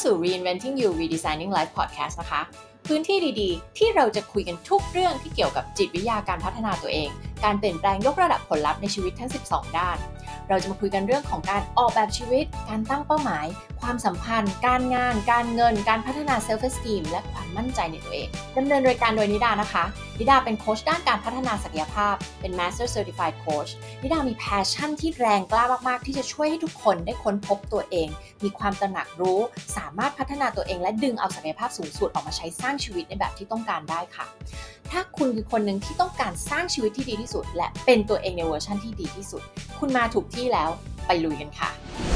สู่ Reinventing You Redesigning Life Podcast นะคะพื้นที่ดีๆที่เราจะคุยกันทุกเรื่องที่เกี่ยวกับจิตวิทยาการพัฒนาตัวเองการเปลี่ยนแปลงยกระดับผลลัพธ์ในชีวิตทั้ง12ด้านเราจะมาคุยกันเรื่องของการออกแบบชีวิตการตั้งเป้าหมายความสัมพันธ์การงานการเงินการพัฒนา Self Esteem และความมั่นใจในตัวเองดำเนินรายการโดยนิดานะคะนิดาเป็นโค้ชด้านการพัฒนาศักยภาพเป็น Master Certified Coach นิดามี passion ที่แรงกล้ามากๆที่จะช่วยให้ทุกคนได้ค้นพบตัวเองมีความตระหนักรู้สามารถพัฒนาตัวเองและดึงเอาศักยภาพสูงสุดออกมาใช้สร้างชีวิตในแบบที่ต้องการได้ค่ะถ้าคุณคือคนหนึ่งที่ต้องการสร้างชีวิตที่ดีที่สุดและเป็นตัวเองในเวอร์ชันที่ดีที่สุดคุณมาถูกที่แล้วไปลุยกันค่ะ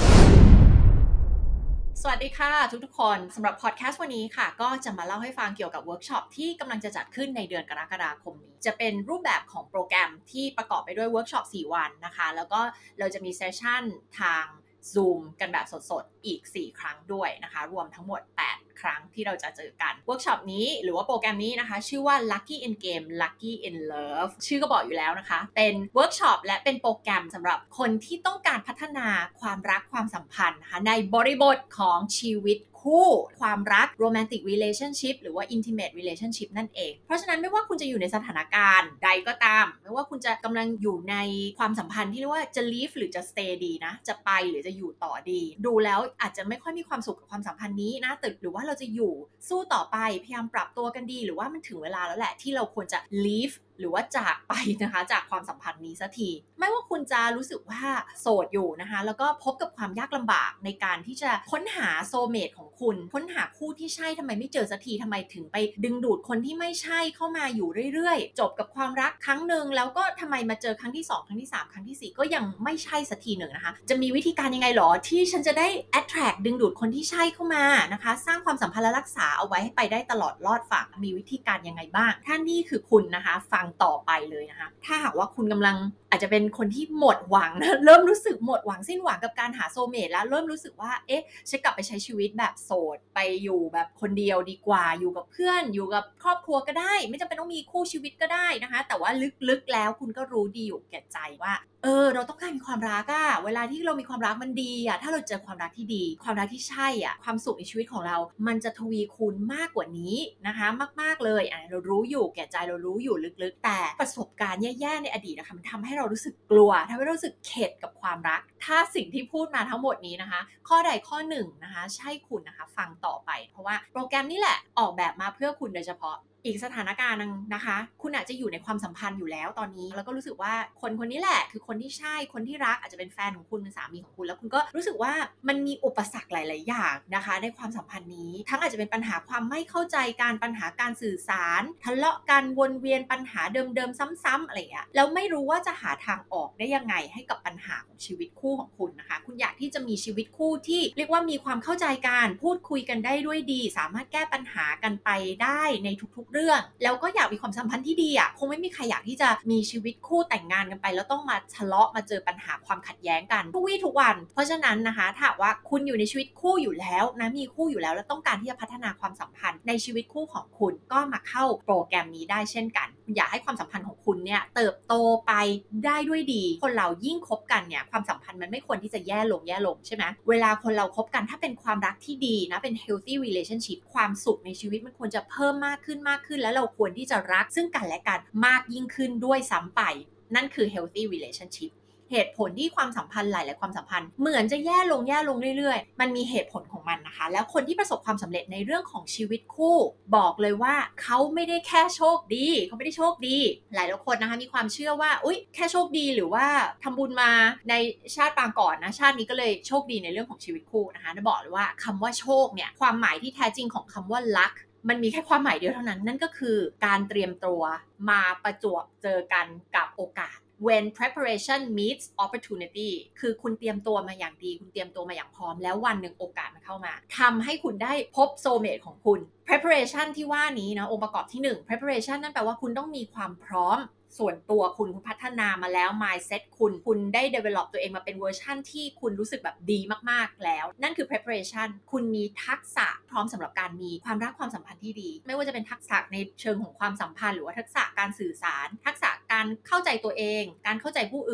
สวัสดีค่ะทุกคนสำหรับพอดแคสต์วันนี้ค่ะก็จะมาเล่าให้ฟังเกี่ยวกับเวิร์กช็อปที่กำลังจะจัดขึ้นในเดือนกรกฎาคมนี้จะเป็นรูปแบบของโปรแกรมที่ประกอบไปด้วยเวิร์กช็อป4วันนะคะแล้วก็เราจะมีเซสชั่นทาง Zoom กันแบบสดๆอีก4ครั้งด้วยนะคะรวมทั้งหมด8ครั้งที่เราจะเจอกันเวิร์กช็อปนี้หรือว่าโปรแกรมนี้นะคะชื่อว่า Lucky in Game Lucky in Love ชื่อก็บอกอยู่แล้วนะคะเป็นเวิร์กช็อปและเป็นโปรแกรมสำหรับคนที่ต้องการพัฒนาความรักความสัมพันธ์นะคะในบริบทของชีวิตคู่ความรัก romantic relationship หรือว่า intimate relationship นั่นเองเพราะฉะนั้นไม่ว่าคุณจะอยู่ในสถานการณ์ใดก็ตามไม่ว่าคุณจะกำลังอยู่ในความสัมพันธ์ที่เรียกว่าจะ leave หรือจะ stay ดีนะจะไปหรือจะอยู่ต่อดีดูแล้วอาจจะไม่ค่อยมีความสุขกับความสัมพันธ์นี้นะหรือว่าเราจะอยู่สู้ต่อไปพยายามปรับตัวกันดีหรือว่ามันถึงเวลาแล้วแหละที่เราควรจะ leaveหรือว่าจากไปนะคะจากความสัมพันธ์นี้สักทีไม่ว่าคุณจะรู้สึกว่าโสดอยู่นะคะแล้วก็พบกับความยากลำบากในการที่จะค้นหาโซลเมทของคุณค้นหาคู่ที่ใช่ทำไมไม่เจอสักทีทำไมถึงไปดึงดูดคนที่ไม่ใช่เข้ามาอยู่เรื่อยๆจบกับความรักครั้งหนึ่งแล้วก็ทำไมมาเจอครั้งที่2ครั้งที่3ครั้งที่4ก็ยังไม่ใช่สักทีหนึ่งนะคะจะมีวิธีการยังไงหรอที่ฉันจะได้ attract ดึงดูดคนที่ใช่เข้ามานะคะสร้างความสัมพันธ์และรักษาเอาไว้ให้ไปได้ตลอดรอดฝั่งมีวิธีการยังไงบ้างถ้านี่คือคุณนะคะฟังต่อไปเลยนะคะถ้าหากว่าคุณกำลังอาจจะเป็นคนที่หมดหวังนะเริ่มรู้สึกหมดหวังสิ้นหวังกับการหาโซลเมทแล้วเริ่มรู้สึกว่าเอ๊ะฉันกลับไปใช้ชีวิตแบบโสดไปอยู่แบบคนเดียวดีกว่าอยู่กับเพื่อนอยู่กับครอบครัวก็ได้ไม่จำเป็นต้องมีคู่ชีวิตก็ได้นะคะแต่ว่าลึกๆแล้วคุณก็รู้ดีอยู่แก่ใจว่าเราต้องการมีความรักอะเวลาที่เรามีความรักมันดีอะถ้าเราเจอความรักที่ดีความรักที่ใช่อะความสุขในชีวิตของเรามันจะทวีคูณมากกว่านี้นะคะมากๆเลยเรารู้อยู่แก่ใจเรารู้อยู่ลึกๆแต่ประสบการณ์แย่ๆในอดีตนะคะมันทำให้เรารู้สึกกลัวทำให้เรารู้สึกเข็ดกับความรักถ้าสิ่งที่พูดมาทั้งหมดนี้นะคะข้อใดข้อหนึ่งนะคะใช่คุณนะคะฟังต่อไปเพราะว่าโปรแกรมนี้แหละออกแบบมาเพื่อคุณโดยเฉพาะอีกสถานการณ์นึงนะคะคุณอาจจะอยู่ในความสัมพันธ์อยู่แล้วตอนนี้แล้วก็รู้สึกว่าคนคนนี้แหละคือคนที่ใช่คนที่รักอาจจะเป็นแฟนของคุณเป็นสามีของคุณแล้วคุณก็รู้สึกว่ามันมีอุปสรรคหลายๆอย่างนะคะในความสัมพันธ์นี้ทั้งอาจจะเป็นปัญหาความไม่เข้าใจการปัญหาการสื่อสารทะเลาะกันวนเวียนปัญหาเดิมๆซ้ำๆอะไรอย่างเงี้ยแล้วไม่รู้ว่าจะหาทางออกได้ยังไงให้กับปัญหาของชีวิตคู่ของคุณนะคะคุณอยากที่จะมีชีวิตคู่ที่เรียกว่ามีความเข้าใจกันพูดคุยกันได้ด้วยดีสามารถแก้ปัญหากันไปได้ในทุกๆเรื่องแล้วก็อยากมีความสัมพันธ์ที่ดีอ่ะคงไม่มีใครอยากที่จะมีชีวิตคู่แต่งงานกันไปแล้วต้องมาทะเลาะมาเจอปัญหาความขัดแย้งกันทุกวี่ทุกวันเพราะฉะนั้นนะคะถ้าว่าคุณอยู่ในชีวิตคู่อยู่แล้วนะมีคู่อยู่แล้วแล้วต้องการที่จะพัฒนาความสัมพันธ์ในชีวิตคู่ของคุณก็มาเข้าโปรแกรมนี้ได้เช่นกันอยากให้ความสัมพันธ์ของคุณเนี่ยเติบโตไปได้ด้วยดีคนเรายิ่งคบกันเนี่ยความสัมพันธ์มันไม่ควรที่จะแย่ลงใช่ไหมเวลาคนเราคบกันถ้าเป็นความรักที่ดีนะเป็น healthy relationship ความสุขในชีวิตมันควรจะเพิ่มมากขึ้นแล้วเราควรที่จะรักซึ่งกันและกันมากยิ่งขึ้นด้วยซ้ำไปนั่นคือ healthy relationship เหตุผลที่ความสัมพันธ์หลายๆความสัมพันธ์เหมือนจะแย่ลงเรื่อยๆมันมีเหตุผลของมันนะคะแล้วคนที่ประสบความสำเร็จในเรื่องของชีวิตคู่บอกเลยว่าเขาไม่ได้แค่โชคดีเขาไม่ได้โชคดีหลายคนนะคะมีความเชื่อว่าอุ๊ยแค่โชคดีหรือว่าทำบุญมาในชาติปางก่อนนะชาตินี้ก็เลยโชคดีในเรื่องของชีวิตคู่นะคะจะบอกเลยว่าคำว่าโชคเนี่ยความหมายที่แท้จริงของคำว่า luckมันมีแค่ความหมายเดียวเท่านั้นนั่นก็คือการเตรียมตัวมาประจวบเจอกันกับโอกาส when preparation meets opportunity คือคุณเตรียมตัวมาอย่างดีคุณเตรียมตัวมาอย่างพร้อมแล้ววันหนึ่งโอกาสมันเข้ามาทำให้คุณได้พบโซลเมทของคุณ preparation ที่ว่านี้นะองค์ประกอบที่1 preparation นั่นแปลว่าคุณต้องมีความพร้อมส่วนตัวคุณพัฒนามาแล้ว mindset คุณได้ develop ตัวเองมาเป็นเวอร์ชั่นที่คุณรู้สึกแบบดีมากๆแล้วนั่นคือ preparation คุณมีทักษะพร้อมสำหรับการมีความรักความสัมพันธ์ที่ดีไม่ว่าจะเป็นทักษะในเชิงของความสัมพันธ์หรือว่าทักษะการสื่อสารทักษะการเข้าใจตัวเองการเข้าใจผู้อื่น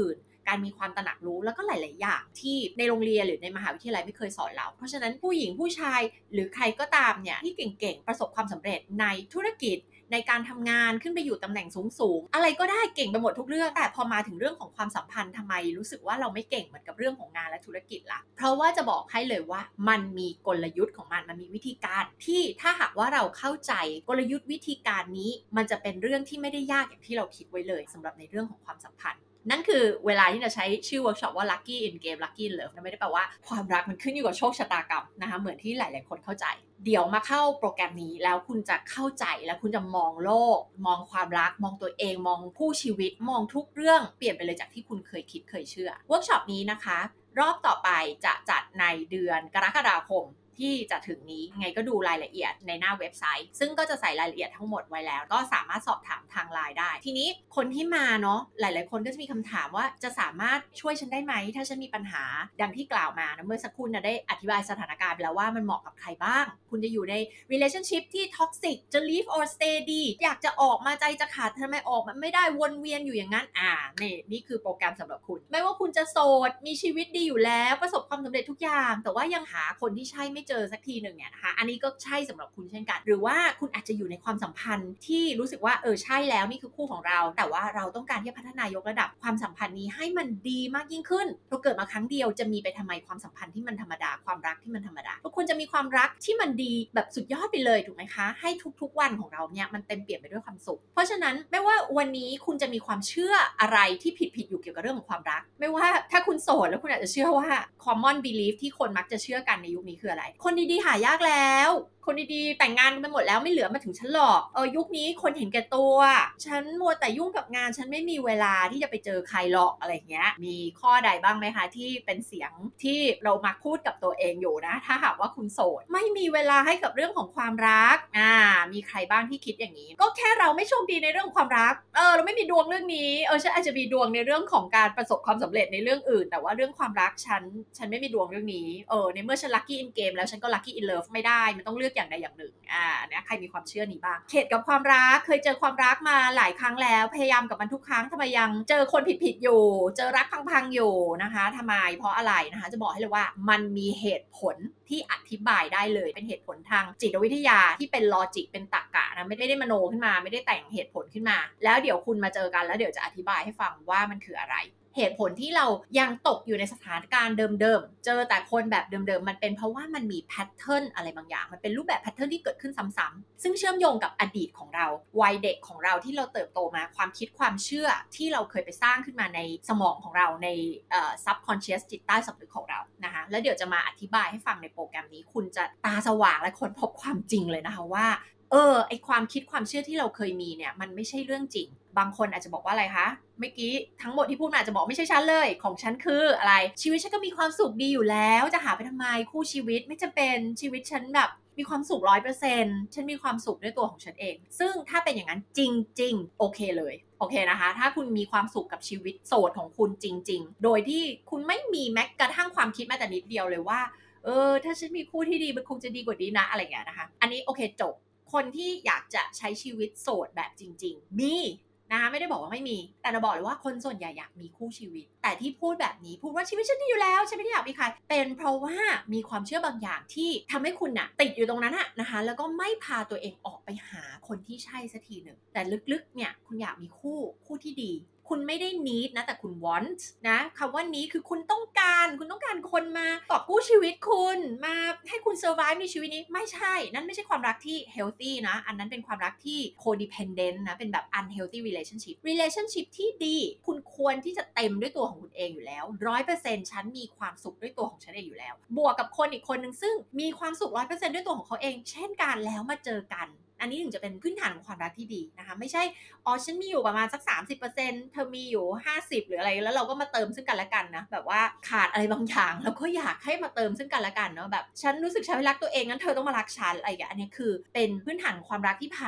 การมีความตระหนักรู้แล้วก็หลายๆอย่างที่ในโรงเรียนหรือในมหาวิทยาลัยไม่เคยสอนเราเพราะฉะนั้นผู้หญิงผู้ชายหรือใครก็ตามเนี่ยที่เก่งๆประสบความสำเร็จในธุรกิจในการทำงานขึ้นไปอยู่ตำแหน่งสูงๆอะไรก็ได้เก่งไปหมดทุกเรื่องแต่พอมาถึงเรื่องของความสัมพันธ์ทำไมรู้สึกว่าเราไม่เก่งเหมือนกับเรื่องของงานและธุรกิจล่ะเพราะว่าจะบอกให้เลยว่ามันมีกลยุทธ์ของมันมีวิธีการที่ถ้าหากว่าเราเข้าใจกลยุทธ์วิธีการนี้มันจะเป็นเรื่องที่ไม่ได้ยากอย่างที่เราคิดไว้เลยสำหรับในเรื่องของความสัมพันธ์นั่นคือเวลาที่จะใช้ชื่อเวิร์กช็อปว่า Lucky in Game Lucky in Love นะไม่ได้แปลว่าความรักมันขึ้นอยู่กับโชคชะตากรรมนะคะเหมือนที่หลายๆคนเข้าใจเดี๋ยวมาเข้าโปรแกรมนี้แล้วคุณจะเข้าใจแล้วคุณจะมองโลกมองความรักมองตัวเองมองคู่ชีวิตมองทุกเรื่องเปลี่ยนไปเลยจากที่คุณเคยคิดเคยเชื่อเวิร์กช็อปนี้นะคะรอบต่อไปจะจัดในเดือนกรกฎาคมที่จะถึงนี้ไงก็ดูรายละเอียดในหน้าเว็บไซต์ซึ่งก็จะใส่รายละเอียดทั้งหมดไว้แล้วก็สามารถสอบถามทางไลน์ได้ทีนี้คนที่มาเนาะหลายๆคนก็จะมีคำถามว่าจะสามารถช่วยฉันได้ไหมถ้าฉันมีปัญหาดังที่กล่าวมานะเมื่อสักครู่นะได้อธิบายสถานการณ์ไปแล้วว่ามันเหมาะกับใครบ้างคุณจะอยู่ใน relationship ที่ toxic จะ leave or stay ดีอยากจะออกมาใจจะขาดทำไมออกมันไม่ได้วนเวียนอยู่อย่างนั้นนี่คือโปรแกรมสำหรับคุณไม่ว่าคุณจะโสดมีชีวิตดีอยู่แล้วประสบความสำเร็จทุกอย่างแต่ว่ายังหาคนที่ใช่ไม่เจอสักทีหนึ่งเนี่ยนะคะอันนี้ก็ใช่สำหรับคุณเช่นกันหรือว่าคุณอาจจะอยู่ในความสัมพันธ์ที่รู้สึกว่าใช่แล้วนี่คือคู่ของเราแต่ว่าเราต้องการที่จะพัฒนายกระดับความสัมพันธ์นี้ให้มันดีมากยิ่งขึ้นเราเกิดมาครั้งเดียวจะมีไปทำไมความสัมพันธ์ที่มันธรรมดาความรักที่มันธรรมดาทุกคนจะมีความรักที่มันดีแบบสุดยอดไปเลยถูกไหมคะให้ทุกๆวันของเราเนี่ยมันเต็มเปี่ยมไปด้วยความสุขเพราะฉะนั้นไม่ว่าวันนี้คุณจะมีความเชื่ออะไรที่ผิดอยู่เกี่ยวกับเรื่องของความรักไม่ว่าถ้าคุณโสดแล้วคุณอาจจะเชื่อว่า common belief ที่คนมักจะเชื่อกันในยุคนี้คืออะไรคนดีๆหายากแล้วคนดีๆแต่งงานกันไปหมดแล้วไม่เหลือมาถึงฉันหรอกยุคนี้คนเห็นแก่ตัวฉันมัวแต่ยุ่งกับงานฉันไม่มีเวลาที่จะไปเจอใครหรอกอะไรเงี้ยมีข้อใดบ้างไหมคะที่เป็นเสียงที่เรามักพูดกับตัวเองอยู่นะถ้าหากว่าคุณโสดไม่มีเวลาให้กับเรื่องของความรักมีใครบ้างที่คิดอย่างนี้ก็แค่เราไม่โชคดีในเรื่องความรักเราไม่มีดวงเรื่องนี้ฉันอาจจะมีดวงในเรื่องของการประสบความสำเร็จในเรื่องอื่นแต่ว่าเรื่องความรักฉันไม่มีดวงเรื่องนี้ในเมื่อฉัน lucky in game แล้วฉันก็ lucky in love ไม่ได้มันต้องเลือกอย่างใดอย่างหนึ่งเนี่ยใครมีความเชื่อนี้บ้างเข็ดกับความรักเคยเจอความรักมาหลายครั้งแล้วพยายามกับมันทุกครั้งทำไมยังเจอคนผิดอยู่เจอรักพังๆอยู่นะคะทำไมเพราะอะไรนะคะจะบอกให้เลยว่ามันมีเหตุผลที่อธิบายได้เลยเป็นเหตุผลทางจิตวิทยาที่เป็นลอจิกเป็นตรรกะนะไม่ได้มโนขึ้นมาไม่ได้แต่งเหตุผลขึ้นมาแล้วเดี๋ยวคุณมาเจอกันแล้วเดี๋ยวจะอธิบายให้ฟังว่ามันคืออะไรเหตุผลที่เรายังตกอยู่ในสถานการณ์เดิมๆเจอแต่คนแบบเดิมๆมันเป็นเพราะว่ามันมีแพทเทิร์นอะไรบางอย่างมันเป็นรูปแบบแพทเทิร์นที่เกิดขึ้นซ้ำๆซึ่งเชื่อมโยงกับอดีตของเราวัยเด็กของเราที่เราเติบโตมาความคิดความเชื่อที่เราเคยไปสร้างขึ้นมาในสมองของเราในsubconscious จิตใต้สำนึกของเรานะคะแล้วเดี๋ยวจะมาอธิบายให้ฟังในโปรแกรมนี้คุณจะตาสว่างและค้นพบความจริงเลยนะคะว่าไอความคิดความเชื่อที่เราเคยมีเนี่ยมันไม่ใช่เรื่องจริงบางคนอาจจะบอกว่าอะไรคะเมื่อกี้ทั้งหมดที่พูดมาอาจจะบอกไม่ใช่ฉันเลยของฉันคืออะไรชีวิตฉันก็มีความสุขดีอยู่แล้วจะหาไปทำไมคู่ชีวิตไม่จำเป็นชีวิตฉันแบบมีความสุข 100% ฉันมีความสุขด้วยตัวของฉันเองซึ่งถ้าเป็นอย่างนั้นจริงๆโอเคเลยโอเคนะคะถ้าคุณมีความสุขกับชีวิตโสดของคุณจริงๆโดยที่คุณไม่มีแม้กระทั่งความคิดแม้แต่นิดเดียวเลยว่าถ้าฉันมีคู่ที่ดีมันคงจะดีกว่านี้นะอะไรอย่างเงี้ยนะคะอันนี้โอเคจบคนที่อยากจะใช้ชีวิตโสดแบบจริงๆมีนะคะไม่ได้บอกว่าไม่มีแต่เราบอกเลยว่าคนส่วนใหญ่อยากมีคู่ชีวิตแต่ที่พูดแบบนี้พูดว่าชีวิตฉันดีอยู่แล้วฉันไม่ได้อยากมีใครเป็นเพราะว่ามีความเชื่อบางอย่างที่ทำให้คุณน่ะติดอยู่ตรงนั้นนะคะแล้วก็ไม่พาตัวเองออกไปหาคนที่ใช่สักทีหนึ่งแต่ลึกๆเนี่ยคุณอยากมีคู่ที่ดีคุณไม่ได้ need นะแต่คุณ want นะคำว่า need คือคุณต้องการคนมากอบกู้ชีวิตคุณมาให้คุณ survive ในชีวิตนี้ไม่ใช่นั่นไม่ใช่ความรักที่ healthy นะอันนั้นเป็นความรักที่ codependent นะเป็นแบบ unhealthy relationship ที่ดีคุณควรที่จะเต็มด้วยตัวของคุณเองอยู่แล้ว 100% ฉันมีความสุขด้วยตัวของฉันเองอยู่แล้วบวกกับคนอีกคนนึงซึ่งมีความสุข 100% ด้วยตัวของเขาเองเช่นกันแล้วมาเจอกันอันนี้ถึงจะเป็นพื้นฐานของความรักที่ดีนะคะไม่ใช่ฉันมีอยู่ประมาณสัก 30% เธอมีอยู่50หรืออะไรแล้วเราก็มาเติมซึ่งกันและกันนะแบบว่าขาดอะไรบางอย่างแล้วก็อยากให้มาเติมซึ่งกันและกันเนาะแบบฉันรู้สึกฉันไม่รักตัวเองงั้นเธอต้องมารักฉันอะไรอย่างเงี้ยอันนี้คือเป็นพื้นฐานของความรักที่พัง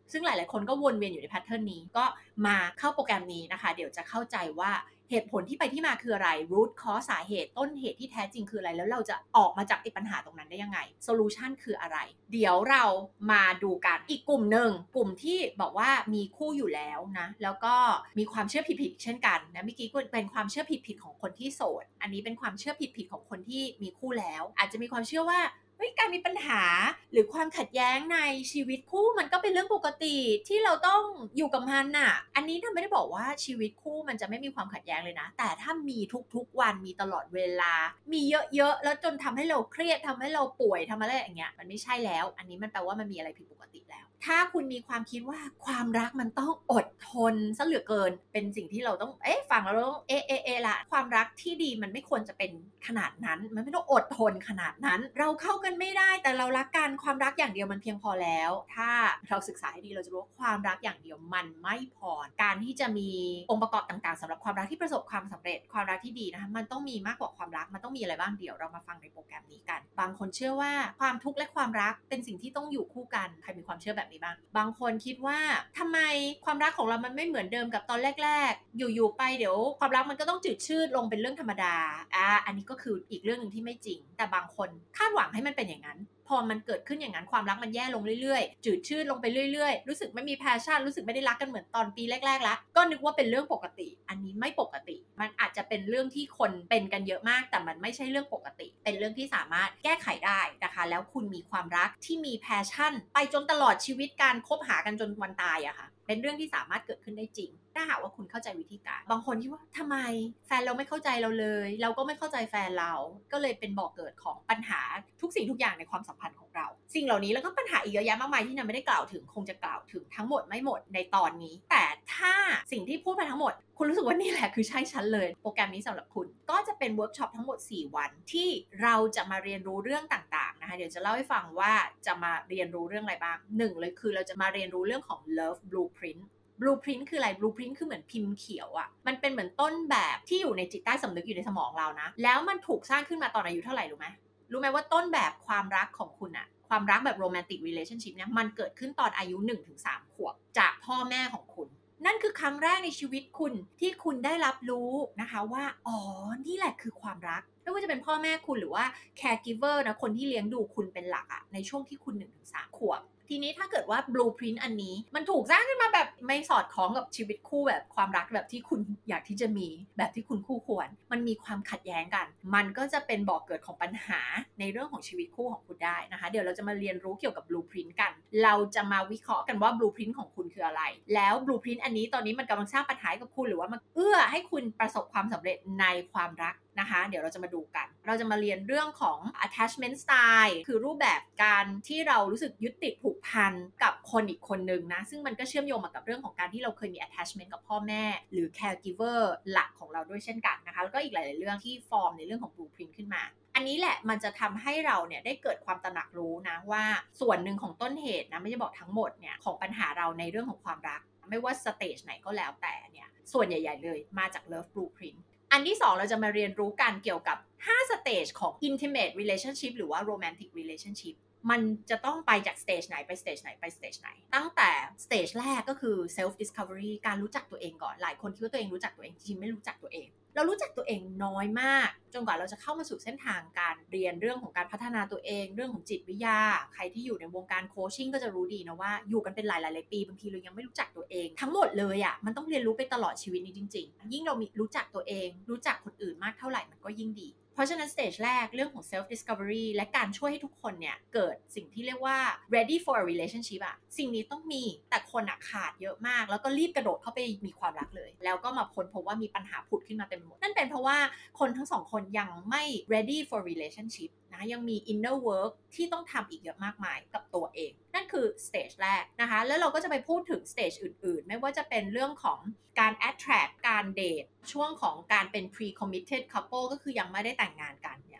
ซึ่งหลายๆคนก็วนเวียนอยู่ในแพทเทิร์นนี้ก็มาเข้าโปรแกรมนี้นะคะเดี๋ยวจะเข้าใจว่าเหตุผลที่ไปที่มาคืออะไร root cause สาเหตุต้นเหตุที่แท้จริงคืออะไรแล้วเราจะออกมาจากปัญหาตรงนั้นได้ยังไง solution คืออะไรเดี๋ยวเรามาดูกันอีกกลุ่มหนึ่งกลุ่มที่บอกว่ามีคู่อยู่แล้วนะแล้วก็มีความเชื่อผิดๆเช่นกันนะเมื่อกี้ก็เป็นความเชื่อผิดๆของคนที่โสดอันนี้เป็นความเชื่อผิดๆของคนที่มีคู่แล้วอาจจะมีความเชื่อว่าการมีปัญหาหรือความขัดแย้งในชีวิตคู่มันก็เป็นเรื่องปกติที่เราต้องอยู่กับมันน่ะอันนี้ทำไม่ได้บอกว่าชีวิตคู่มันจะไม่มีความขัดแย้งเลยนะแต่ถ้ามีทุกๆวันมีตลอดเวลามีเยอะๆแล้วจนทำให้เราเครียดทำให้เราป่วยทำอะไรอย่างเงี้ยมันไม่ใช่แล้วอันนี้มันแปลว่ามันมีอะไรผิดปกติแล้วถ้าคุณมีความคิดว่าความรักมันต้องอดทนซะเหลือเกินเป็นสิ่งที่เราต้องฟังแล้วเราต้องละความรักที่ดีมันไม่ควรจะเป็นขนาดนั้นมันไม่ต้องอดทนขนาดนั้นเราเข้ากันไม่ได้แต่เรารักกันความรักอย่างเดียวมันเพียงพอแล้วถ้าเราศึกษาให้ดีเราจะรู้ว่าความรักอย่างเดียวมันไม่พอการที่จะมีองค์ประกอบต่างๆสำหรับความรักที่ประสบความสำเร็จความรักที่ดีนะคะมันต้องมีมากกว่าความรักมันต้องมีอะไรบ้างเดี๋ยวเรามาฟังในโปรแกรมนี้กันบางคนเชื่อว่าความทุกข์และความรักเป็นสิ่งที่ต้องอยู่คู่กันใครมีความเชื่อแบบนี้บ้างบางคนคิดว่าทำไมความรักของเรามันไม่เหมือนเดิมกับตอนแรกๆอยู่ๆไปเดี๋ยวความรักมันก็ต้องจืดชืดลงเป็นเรื่องธรรมดาอันนี้ก็คืออีกเรื่องนึงที่ไม่จริงแต่บางคนคาดหวังให้มันเป็นอย่างนั้นพอมันเกิดขึ้นอย่างนั้นความรักมันแย่ลงเรื่อยๆจืดชืดลงไปเรื่อยๆรู้สึกไม่มีแพชชั่นรู้สึกไม่ได้รักกันเหมือนตอนปีแรกๆแล้วก็นึกว่าเป็นเรื่องปกติอันนี้ไม่ปกติมันอาจจะเป็นเรื่องที่คนเป็นกันเยอะมากแต่มันไม่ใช่เรื่องปกติเป็นเรื่องที่สามารถแก้ไขได้นะคะแล้วคุณมีความรักที่มีแพชชั่นไปจนตลอดชีวิตการคบหากันจนวันตายอะค่ะเป็นเรื่องที่สามารถเกิดขึ้นได้จริงถ้าหากว่าคุณเข้าใจวิธีการบางคนที่ว่าทำไมแฟนเราไม่เข้าใจเราเลยเราก็ไม่เข้าใจแฟนเราก็เลยเป็นบ่อเกิดของปัญหาทุกสิ่งทุกอย่างในความสัมพันธ์ของเราสิ่งเหล่านี้แล้วก็ปัญหาอีกเยอะแยะมากมายที่นันไม่ได้กล่าวถึงคงจะกล่าวถึงทั้งหมดไม่หมดในตอนนี้แต่ถ้าสิ่งที่พูดไปทั้งหมดคุณรู้สึกว่านี่แหละคือใช่ฉันเลยโปรแกรมนี้สำหรับคุณก็จะเป็นเวิร์กช็อปทั้งหมด4วันที่เราจะมาเรียนรู้เรื่องต่างๆนะคะเดี๋ยวจะเล่าให้ฟังว่าจะมาเรียนรู้เรื่องอะไรบ้างหนึ่งเลยคือเราจะมาเรียนรู้เรื่องของ Love Blueprint Blueprint คืออะไร Blueprint คือเหมือนพิมพ์เขียวอะมันเป็นเหมือนต้นแบบที่อยู่ในจิตใต้สำนึกอยู่ในสมองเรานะแล้วมันถูกสร้างขึ้นมาตอนอายุเท่าไหร่รู้ไหมว่าต้นแบบความรักของคุณอะความรักแบบ romantic relationship เนี่ยมันเกิดขึ้นตอนอายุ 1-3 ขวบจากพ่อแม่ของคุณนั่นคือครั้งแรกในชีวิตคุณที่คุณได้รับรู้นะคะว่าอ๋อนี่แหละคือความรักไม่ว่าจะเป็นพ่อแม่คุณหรือว่า caregiver นะคนที่เลี้ยงดูคุณเป็นหลักอะในช่วงที่คุณ 1-3 ขวบทีนี้ถ้าเกิดว่า blueprint อันนี้มันถูกสร้างขึ้นมาแบบไม่สอดคล้องกับชีวิตคู่แบบความรักแบบที่คุณอยากที่จะมีแบบที่คุณคู่ควรมันมีความขัดแย้งกันมันก็จะเป็นบ่อกเกิดของปัญหาในเรื่องของชีวิตคู่ของคุณได้นะคะเดี๋ยวเราจะมาเรียนรู้เกี่ยวกับ blueprint กันเราจะมาวิเคราะห์กันว่า blueprint ของคุณคืออะไรแล้ว blueprint อันนี้ตอนนี้มันกำลังสร้างปัญหากับคุณหรือว่ามันเอื้อให้คุณประสบความสำเร็จในความรักนะคะเดี๋ยวเราจะมาดูกันเราจะมาเรียนเรื่องของ attachment style คือรูปแบบการที่เรารู้สึกยึดติดผูกพันกับคนอีกคนนึงนะซึ่งมันก็เชื่อมโยงมากับเรื่องของการที่เราเคยมี attachment กับพ่อแม่หรือ caregiver หลักของเราด้วยเช่นกันนะคะแล้วก็อีกหลายๆเรื่องที่ฟอร์มในเรื่องของ blueprint ขึ้นมาอันนี้แหละมันจะทำให้เราเนี่ยได้เกิดความตระหนักรู้นะว่าส่วนหนึ่งของต้นเหตุนะไม่ได้บอกทั้งหมดเนี่ยของปัญหาเราในเรื่องของความรักไม่ว่าสเตจไหนก็แล้วแต่เนี่ยส่วนใหญ่ๆเลยมาจาก Love Blueprintอันที่2เราจะมาเรียนรู้กันเกี่ยวกับ5สเตจของ intimate relationship หรือว่า romantic relationship มันจะต้องไปจากสเตจไหนไปสเตจไหนไปสเตจไหนตั้งแต่สเตจแรกก็คือ self discovery การรู้จักตัวเองก่อนหลายคนคิดว่าตัวเองรู้จักตัวเองจริงๆไม่รู้จักตัวเองเรารู้จักตัวเองน้อยมากจนกว่าเราจะเข้ามาสู่เส้นทางการเรียนเรื่องของการพัฒนาตัวเองเรื่องของจิตวิทยาใครที่อยู่ในวงการโคชชิ่งก็จะรู้ดีนะว่าอยู่กันเป็นหลายๆปีบางทีเรายังไม่รู้จักตัวเองทั้งหมดเลยอ่ะมันต้องเรียนรู้ไปตลอดชีวิตนี้จริงๆยิ่งเรามีรู้จักตัวเองรู้จักคนอื่นมากเท่าไหร่มันก็ยิ่งดีเพราะฉะนั้นสเตจแรกเรื่องของ self discovery และการช่วยให้ทุกคนเนี่ยเกิดสิ่งที่เรียกว่า ready for a relationship อะสิ่งนี้ต้องมีแต่คนอะขาดเยอะมากแล้วก็รีบกระโดดเข้าไปมีความรักเลยแล้วก็มาค้นพบว่ามีปัญหาผุดขึ้นมาเต็มไปหมดนั่นเป็นเพราะว่าคนทั้งสองคนยังไม่ ready for relationship นะยังมี inner work ที่ต้องทำอีกเยอะมากมายกับตัวเองนั่นคือสเตจแรกนะคะแล้วเราก็จะไปพูดถึงสเตจอื่นๆไม่ว่าจะเป็นเรื่องของการ attract การเดทช่วงของการเป็น pre committed couple ก็คือยังไม่ได้แต่งงานกันเนี่ย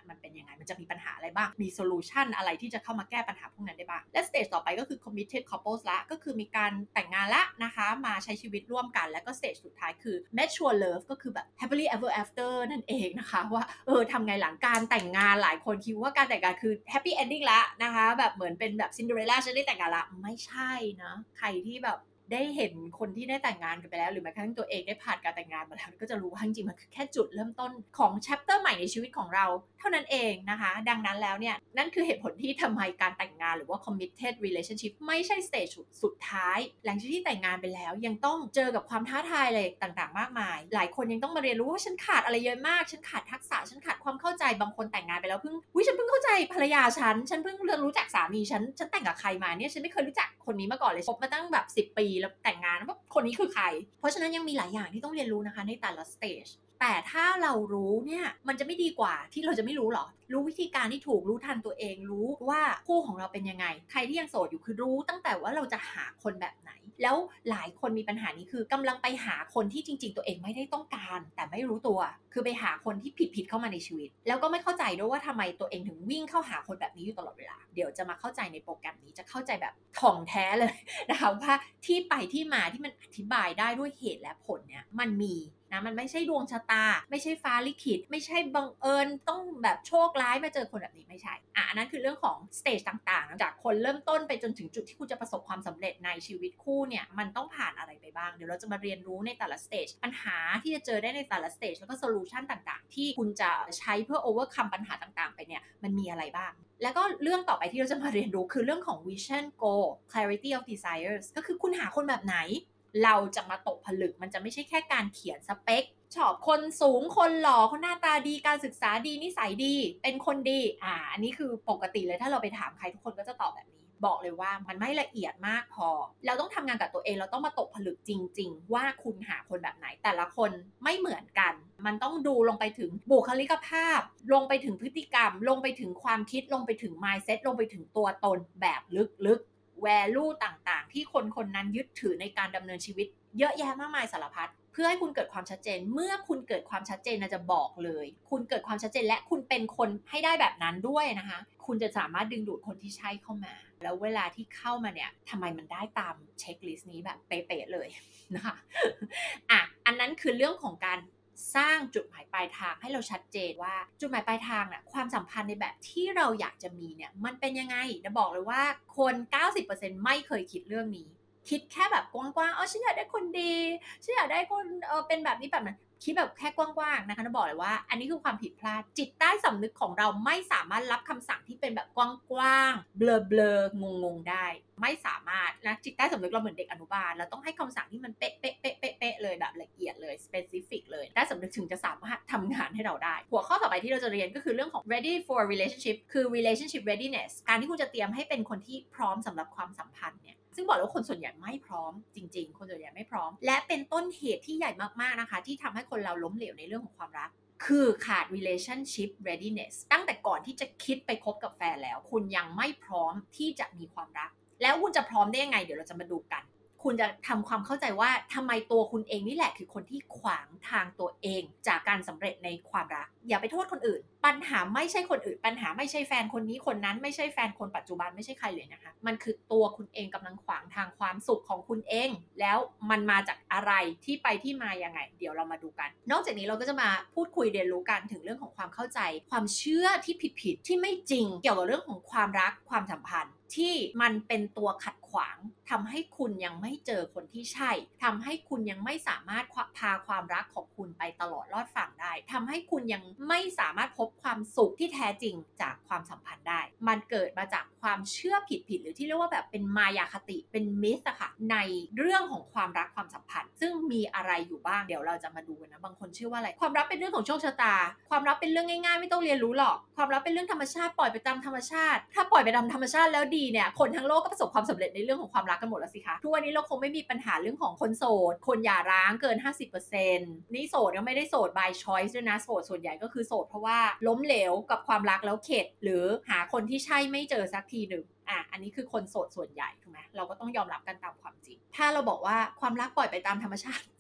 มันเป็นยังไงมันจะมีปัญหาอะไรบ้างมีโซลูชันอะไรที่จะเข้ามาแก้ปัญหาพวกนั้นได้บ้างและสเตจต่อไปก็คือ committed couples ละก็คือมีการแต่งงานละนะคะมาใช้ชีวิตร่วมกันแล้วก็สเตจสุดท้ายคือ mature love ก็คือแบบ happily ever after นั่นเองนะคะว่าทำไงหลังการแต่งงานหลายคนคิดว่าการแต่งงานคือ happy ending ละนะคะแบบเหมือนเป็นแบบ Cinderella จะได้แต่งงานละไม่ใช่นะใครที่แบบได้เห็นคนที่ได้แต่งงานกันไปแล้วหรือแม้กระทั่งตัวเองได้ผ่านการแต่งงานมาแล้วก็จะรู้ว่าจริงๆมันคือแค่จุดเริ่มต้นของ chapter ใหม่ในชีวิตของเราเท่านั้นเองนะคะดังนั้นแล้วเนี่ยนั่นคือเหตุผลที่ทำไมการแต่งงานหรือว่า committed relationship ไม่ใช่ stage สุดท้ายหลังจากที่แต่งงานไปแล้วยังต้องเจอกับความท้าทายอะไรต่างๆมากมายหลายคนยังต้องมาเรียนรู้ว่าฉันขาดอะไรเยอะมากฉันขาดทักษะฉันขาดความเข้าใจบางคนแต่งงานไปแล้วฉันเพิ่งเข้าใจภรรยาฉันเพิ่งเรียนรู้จักสามีฉันแต่งกับใครมาเนี่ยฉันไม่เคยรู้จักคนนี้มาก่อนเลยคบมาตั้งแบบ10 ปีแล้วแต่งงานว่าคนนี้คือใครเพราะฉะนั้นยังมีหลายอย่างที่ต้องเรียนรู้นะคะในแต่ละสเตจแต่ถ้าเรารู้เนี่ยมันจะไม่ดีกว่าที่เราจะไม่รู้หรอรู้วิธีการที่ถูกรู้ทันตัวเองรู้ว่าคู่ของเราเป็นยังไงใครที่ยังโสดอยู่คือรู้ตั้งแต่ว่าเราจะหาคนแบบไหนแล้วหลายคนมีปัญหานี้คือกำลังไปหาคนที่จริงๆตัวเองไม่ได้ต้องการแต่ไม่รู้ตัวคือไปหาคนที่ผิดเข้ามาในชีวิตแล้วก็ไม่เข้าใจด้วยว่าทำไมตัวเองถึงวิ่งเข้าหาคนแบบนี้อยู่ตลอดเวลาเดี๋ยวจะมาเข้าใจในโปรแกรมนี้จะเข้าใจแบบถ่องแท้เลยนะคะว่าที่ไปที่มาที่มันอธิบายได้ด้วยเหตุและผลเนี่ยมันมีนะมันไม่ใช่ดวงชะตาไม่ใช่ฟ้าลิขิตไม่ใช่บังเอิญต้องแบบโชคร้ายมาเจอคนแบบนี้ไม่ใช่อันนั้นคือเรื่องของสเตจต่างๆจากคนเริ่มต้นไปจนถึงจุดที่คุณจะประสบความสำเร็จในชีวิตคู่เนี่ยมันต้องผ่านอะไรไปบ้างเดี๋ยวเราจะมาเรียนรู้ในแต่ละสเตจปัญหาที่จะเจอได้ในแต่ละสเตจแล้วก็โซลูชันต่างๆที่คุณจะใช้เพื่อ overcome ปัญหาต่างๆไปเนี่ยมันมีอะไรบ้างแล้วก็เรื่องต่อไปที่เราจะมาเรียนรู้คือเรื่องของ vision goal clarity of desires ก็คือคุณหาคนแบบไหนเราจะมาตกผลึกมันจะไม่ใช่แค่การเขียนสเปคชอบคนสูงคนหล่อคนหน้าตาดีการศึกษาดีนิสัยดีเป็นคนดีอันนี้คือปกติเลยถ้าเราไปถามใครทุกคนก็จะตอบแบบนี้บอกเลยว่ามันไม่ละเอียดมากพอเราต้องทำงานกับตัวเองเราต้องมาตกผลึกจริงๆว่าคุณหาคนแบบไหนแต่ละคนไม่เหมือนกันมันต้องดูลงไปถึงบุคลิกภาพลงไปถึงพฤติกรรมลงไปถึงความคิดลงไปถึง mindset ลงไปถึงตัวตนแบบลึกๆ value ต่างๆที่คนนั้นยึดถือในการดำเนินชีวิตเยอะแยะมากมายสารพัดเพื่อให้คุณเกิดความชัดเจนเมื่อคุณเกิดความชัดเจนจะบอกเลยคุณเกิดความชัดเจนและคุณเป็นคนให้ได้แบบนั้นด้วยนะคะคุณจะสามารถดึงดูดคนที่ใช่เข้ามาแล้วเวลาที่เข้ามาเนี่ยทำไมมันได้ตามเช็คลิสต์นี้แบบเป๊ะๆเลยนะคะอันนั้นคือเรื่องของการสร้างจุดหมายปลายทางให้เราชัดเจนว่าจุดหมายปลายทางน่ะความสัมพันธ์ในแบบที่เราอยากจะมีเนี่ยมันเป็นยังไงจะบอกเลยว่าคน 90% ไม่เคยคิดเรื่องนี้คิดแค่แบบกว้างๆฉันอยากได้คนดีฉันอยากได้คนเป็นแบบนี้แบบนั้นคิดแบบแค่กว้างๆนะคะจะบอกเลยว่าอันนี้คือความผิดพลาดจิตใต้สำนึกของเราไม่สามารถรับคำสั่งที่เป็นแบบกว้างๆเบลองงๆได้ไม่สามารถนะจิตใต้สำนึกเราเหมือนเด็กอนุบาลเราต้องให้คำสั่งที่มันเป๊ะๆเลยแบบละเอียดเลย specific เลยใต้สำนึกถึงจะสามารถทำงานให้เราได้หัวข้อต่อไปที่เราจะเรียนก็คือเรื่องของ ready for relationship คือ relationship readiness การที่คุณจะเตรียมให้เป็นคนที่พร้อมสำหรับความสัมพันธ์เนี่ยซึ่งบอกเลยว่าคนส่วนใหญ่ไม่พร้อมจริงๆคนส่วนใหญ่ไม่พร้อมและเป็นต้นเหตุที่ใหญ่มากๆนะคะที่ทำให้คนเราล้มเหลวในเรื่องของความรักคือขาด relationship readiness ตั้งแต่ก่อนที่จะคิดไปคบกับแฟนแล้วคุณยังไม่พร้อมที่จะมีความรักแล้วคุณจะพร้อมได้ยังไงเดี๋ยวเราจะมาดูกันคุณจะทำความเข้าใจว่าทำไมตัวคุณเองนี่แหละคือคนที่ขวางทางตัวเองจากการสำเร็จในความรักอย่าไปโทษคนอื่นปัญหาไม่ใช่คนอื่นปัญหาไม่ใช่แฟนคนนี้คนนั้นไม่ใช่แฟนคนปัจจุบันไม่ใช่ใครเลยนะคะมันคือตัวคุณเองกำลังขวางทางความสุขของคุณเองแล้วมันมาจากอะไรที่ไปที่มายังไงเดี๋ยวเรามาดูกันนอกจากนี้เราก็จะมาพูดคุยเรียนรู้กันถึงเรื่องของความเข้าใจความเชื่อที่ผิดที่ไม่จริงเกี่ยวกับเรื่องของความรักความสัมพันธ์ที่มันเป็นตัวขัดขวางทำให้คุณยังไม่เจอคนที่ใช่ทำให้คุณยังไม่สามารถพาความรักของคุณไปตลอดรอดฝั่งได้ทำให้คุณยังไม่สามารถพบความสุขที่แท้จริงจากความสัมพันธ์ได้มันเกิดมาจากความเชื่อผิดหรือที่เรียกว่าแบบเป็นมายาคติเป็นมิสอะค่ะในเรื่องของความรักความสัมพันธ์ซึ่งมีอะไรอยู่บ้างเดี๋ยวเราจะมาดูกันนะบางคนเชื่อว่าอะไรความรักเป็นเรื่องของโชคชะตาความรักเป็นเรื่องง่ายๆไม่ต้องเรียนรู้หรอกความรักเป็นเรื่องธรรมชาติปล่อยไปตามธรรมชาติถ้าปล่อยไปตามธรรมชาติแล้วดีเนี่ยคนทั้งโลกก็ประสบความสำเร็จในเรื่องของความรักกันหมดแล้วสิคะทุกวันนี้เราคงไม่มีปัญหาเรื่องของคนโสดคนหย่าร้างเกิน 50% นี่โสดก็ไม่ได้โสด by choice ด้วยนะโสดส่วนใหญ่ก็คือโสดเพราะว่าล้มเหลวกับความรักแล้วเข็ดหรือหาคนที่ใช่ไม่เจอสักทีหนึ่งอันนี้คือคนโสดส่วนใหญ่ถูกไหมเราก็ต้องยอมรับกันตามความจริงถ้าเราบอกว่าความรักปล่อยไปตามธรรมชาติ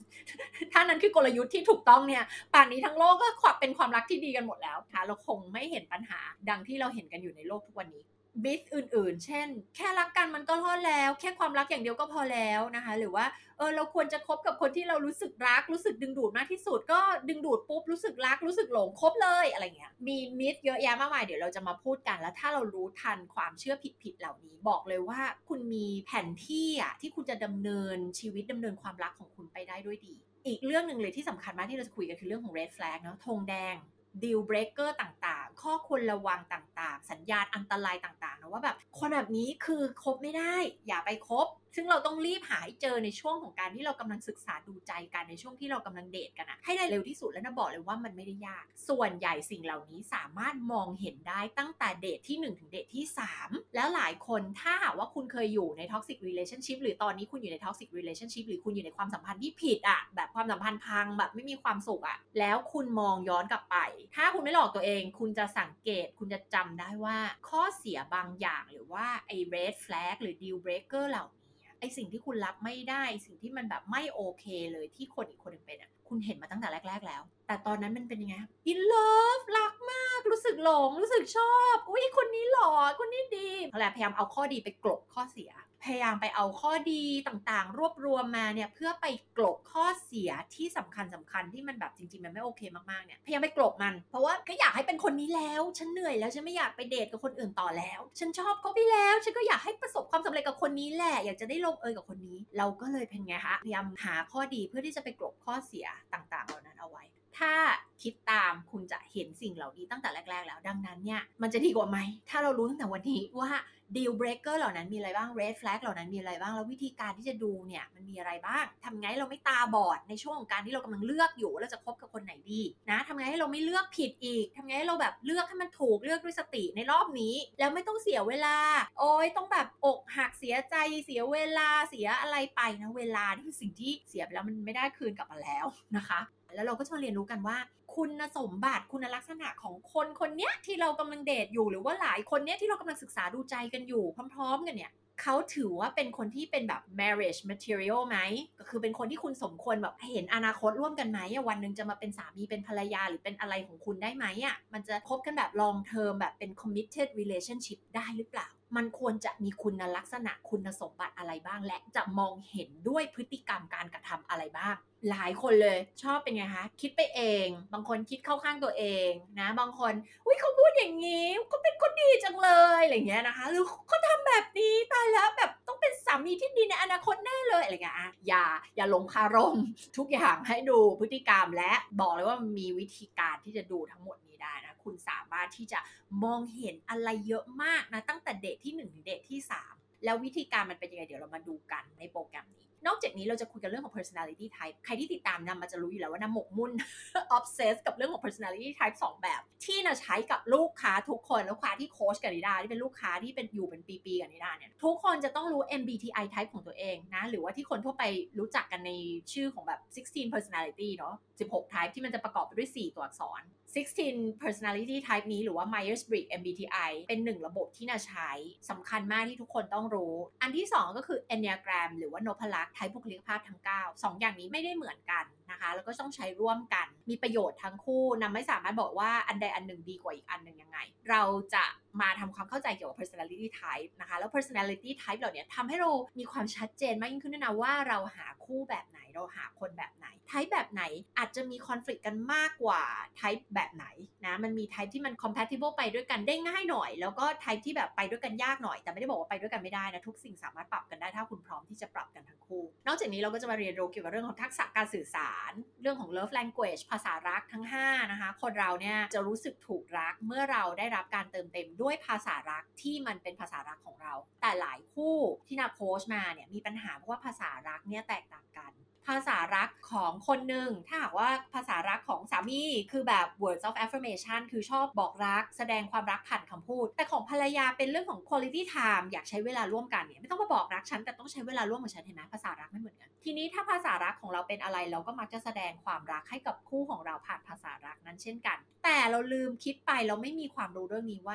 ถ้านั้นคือกลยุทธ์ที่ถูกต้องเนี่ยป่านนี้ทั้งโลกก็เป็นความรักที่ดีกันหมดแล้วค่ะเราคงไม่เห็นปัญหาดังที่เราเห็นกันอยู่ในโลกทุกวันนี้บิสอื่นๆเช่นแค่รักกันมันก็พอแล้วแค่ความรักอย่างเดียวก็พอแล้วนะคะหรือว่าเราควรจะคบกับคนที่เรารู้สึกรักรู้สึกดึงดูดมากที่สุดก็ดึงดูดปุ๊บรู้สึกรักรู้สึกหลงคบเลยอะไรเงี้ยมีมิธเยอะแยะมากมายเดี๋ยวเราจะมาพูดกันแล้วถ้าเรารู้ทันความเชื่อผิดๆเหล่านี้บอกเลยว่าคุณมีแผนที่อะที่คุณจะดำเนินชีวิตดำเนินความรักของคุณไปได้ด้วยดีอีกเรื่องนึงเลยที่สำคัญมากที่เราจะคุยกันคือเรื่องของ red flag เนาะธงแดงdeal breaker ต่างๆข้อควรระวังต่างๆสัญญาณอันตรายต่างๆนะว่าแบบคนแบบนี้คือคบไม่ได้อย่าไปคบซึ่งเราต้องรีบหาให้เจอในช่วงของการที่เรากำลังศึกษาดูใจกันในช่วงที่เรากำลังเดทกันนะให้ได้เร็วที่สุดแล้วนะบอกเลยว่ามันไม่ได้ยากส่วนใหญ่สิ่งเหล่านี้สามารถมองเห็นได้ตั้งแต่เดทที่1ถึงเดทที่3แล้วหลายคนถ้าหากว่าคุณเคยอยู่ใน toxic relationship หรือตอนนี้คุณอยู่ใน toxic relationship หรือคุณอยู่ในความสัมพันธ์ที่ผิดอะแบบความสัมพันธ์พังแบบไม่มีความสุขอะแล้วคุณมองย้อนกลับไปถ้าคุณไม่หลอกตัวเองคุณจะสังเกตคุณจะจำได้ว่าข้อเสียบางอย่างหรือว่าไอ้ red flag หรือ deal breaker เหล่าไอสิ่งที่คุณรับไม่ได้สิ่งที่มันแบบไม่โอเคเลยที่คนอีกคนนึงเป็นอะคุณเห็นมาตั้งแต่แรกๆแล้วแต่ตอนนั้นมันเป็นยังไง in love รักมากรู้สึกหลงรู้สึกชอบอุ้ยคนนี้หล่อคนนี้ดีอะไรพยายามเอาข้อดีไปกลบข้อเสียพยายามไปเอาข้อดีต่างๆรวบรวมมาเนี่ยเพื่อไปกลบข้อเสียที่สำคัญที่มันแบบจริงๆมันไม่โอเคมากๆเนี่ยพยายามไปกลบมันเพราะว่าก็อยากให้เป็นคนนี้แล้วฉันเหนื่อยแล้วฉันไม่อยากไปเดทกับคนอื่นต่อแล้วฉันชอบเขาไปแล้วฉันก็อยากให้ประสบความสำเร็จกับคนนี้แหละอยากจะได้ลงเอยกับคนนี้เราก็เลยเป็นไงคะพยายามหาข้อดีเพื่อที่จะไปกลบข้อเสียต่างๆเหล่านั้นเอาไว้ถ้าคิดตามคุณจะเห็นสิ่งเหล่านี้ตั้งแต่แรกๆแล้วดังนั้นเนี่ยมันจะดีกว่าไหมถ้าเรารู้ตั้งแต่วันนี้ว่า deal breaker เหล่านั้นมีอะไรบ้าง red flag เหล่านั้นมีอะไรบ้างแล้ววิธีการที่จะดูเนี่ยมันมีอะไรบ้างทำไงเราไม่ตาบอดในช่วงของการที่เรากำลังเลือกอยู่ว่าเราจะคบกับคนไหนดีนะทำไงให้เราไม่เลือกผิดอีกทำไงให้เราแบบเลือกให้มันถูกเลือกด้วยสติในรอบนี้แล้วไม่ต้องเสียเวลาโอ้ยต้องแบบอกหักเสียใจเสียเวลาเสียอะไรไปนะเวลานี่คือสิ่งที่เสียไปแล้วมันไม่ได้คืนกลับมาแล้วนะคะแล้วเราก็จะมาเรียนรู้กันว่าคุณสมบัติคุณลักษณะของคนคนนี้ที่เรากำลังเดทอยู่หรือว่าหลายคนเนี้ยที่เรากำลังศึกษาดูใจกันอยู่พร้อมๆกันเนี่ยเขาถือว่าเป็นคนที่เป็นแบบ marriage material ไหมก็คือเป็นคนที่คุณสมควรแบบเห็นอนาคตร่วมกันไหมวันหนึ่งจะมาเป็นสามีเป็นภรรยาหรือเป็นอะไรของคุณได้ไหมมันจะคบกันแบบ long term แบบเป็น committed relationship ได้หรือเปล่ามันควรจะมีคุณลักษณะคุณสมบัติอะไรบ้างและจะมองเห็นด้วยพฤติกรรมการกระทำอะไรบ้างหลายคนเลยชอบเป็นไงคะคิดไปเองบางคนคิดเข้าข้างตัวเองนะบางคนอุ้ยเขาพูดอย่างนี้เขาเป็นคนดีจังเลยอะไรเงี้ยนะคะหรือเขาทำแบบนี้ตายแล้วแบบต้องเป็นสามีที่ดีในอนาคตแน่เลยอะไรเงี้ยอย่าลงคารมทุกอย่างให้ดูพฤติกรรมและบอกเลยว่ามีวิธีการที่จะดูทั้งหมดนี้ได้นะคุณสามารถที่จะมองเห็นอะไรเยอะมากนะตั้งแต่เดทที่1ถึงเดทที่3แล้ววิธีการมันเป็นยังไงเดี๋ยวเรามาดูกันในโปรแกรมนี้นอกจากนี้เราจะคุยกันเรื่องของ personality type ใครที่ติดตามนะมันจะรู้อยู่แล้วว่านะหมกมุ่น obsess กับเรื่องของ personality type 2 แบบที่นะใช้กับลูกค้าทุกคนลูกค้าที่โค้ชกับนิดาที่เป็นลูกค้าที่เป็นอยู่เป็นปีๆกับนิดาเนี่ยทุกคนจะต้องรู้ MBTI type ของตัวเองนะหรือว่าที่คนทั่วไปรู้จักกันในชื่อของแบบ16 personality เนาะ16 type ที่มันจะประกอบไปด้วย4ตัวอักษร16 personality type นี้หรือว่า Myers-Briggs MBTI เป็น1ระบบที่น่าใช้สำคัญมากที่ทุกคนต้องรู้อันที่2ก็คือ Enneagram หรือว่านพลักษ์ไทป์บุคลิกภาพทั้ง9 2อย่างนี้ไม่ได้เหมือนกันนะคะแล้วก็ต้องใช้ร่วมกันมีประโยชน์ทั้งคู่นะไม่สามารถบอกว่าอันใดอันหนึ่งดีกว่าอีกอันหนึ่งยังไงเราจะมาทำความเข้าใจเกี่ยวกับ personality type นะคะแล้ว personality type เหล่านี้ทำให้เรามีความชัดเจนมากยิ่งขึ้นด้วยนะว่าเราหาคู่แบบไหนเราหาคนแบบไหน type แบบไหนอาจจะมี conflict กันมากกว่า type แบบไหนนะมันมี type ที่มัน compatible ไปด้วยกันได้ง่ายหน่อยแล้วก็ type ที่แบบไปด้วยกันยากหน่อยแต่ไม่ได้บอกว่าไปด้วยกันไม่ได้นะทุกสิ่งสามารถปรับกันได้ถ้าคุณพร้อมที่จะปรับกันทั้งคู่นอกจากนี้เราก็จะมาเรียนรู้เกี่ยวกับเรื่องของทักษะการสื่อสารเรื่องของ love language ภาษารักทั้ง5นะคะคนเราเนี่ยจะรู้สึกถูกรักเมื่อเราได้รับการเติมเต็มด้วยภาษารักที่มันเป็นภาษารักของเราแต่หลายคู่ที่นาโค้ชมาเนี่ยมีปัญหาเพราะว่าภาษารักเนี่ยแตกต่างกันภาษารักของคนหนึ่งถ้าหากว่าภาษารักของสามีคือแบบ words of affirmation คือชอบบอกรักแสดงความรักผ่านคำพูดแต่ของภรรยาเป็นเรื่องของ quality time อยากใช้เวลาร่วมกันเนี่ยไม่ต้องมาบอกรักฉันแต่ต้องใช้เวลาร่วมกับฉันเห็นไหมภาษารักไม่เหมือนกันทีนี้ถ้าภาษารักของเราเป็นอะไรเราก็มักจะแสดงความรักให้กับคู่ของเราผ่านภาษารักนั้นเช่นกันแต่เราลืมคิดไปเราไม่มีความรู้เรื่องนี้ว่าค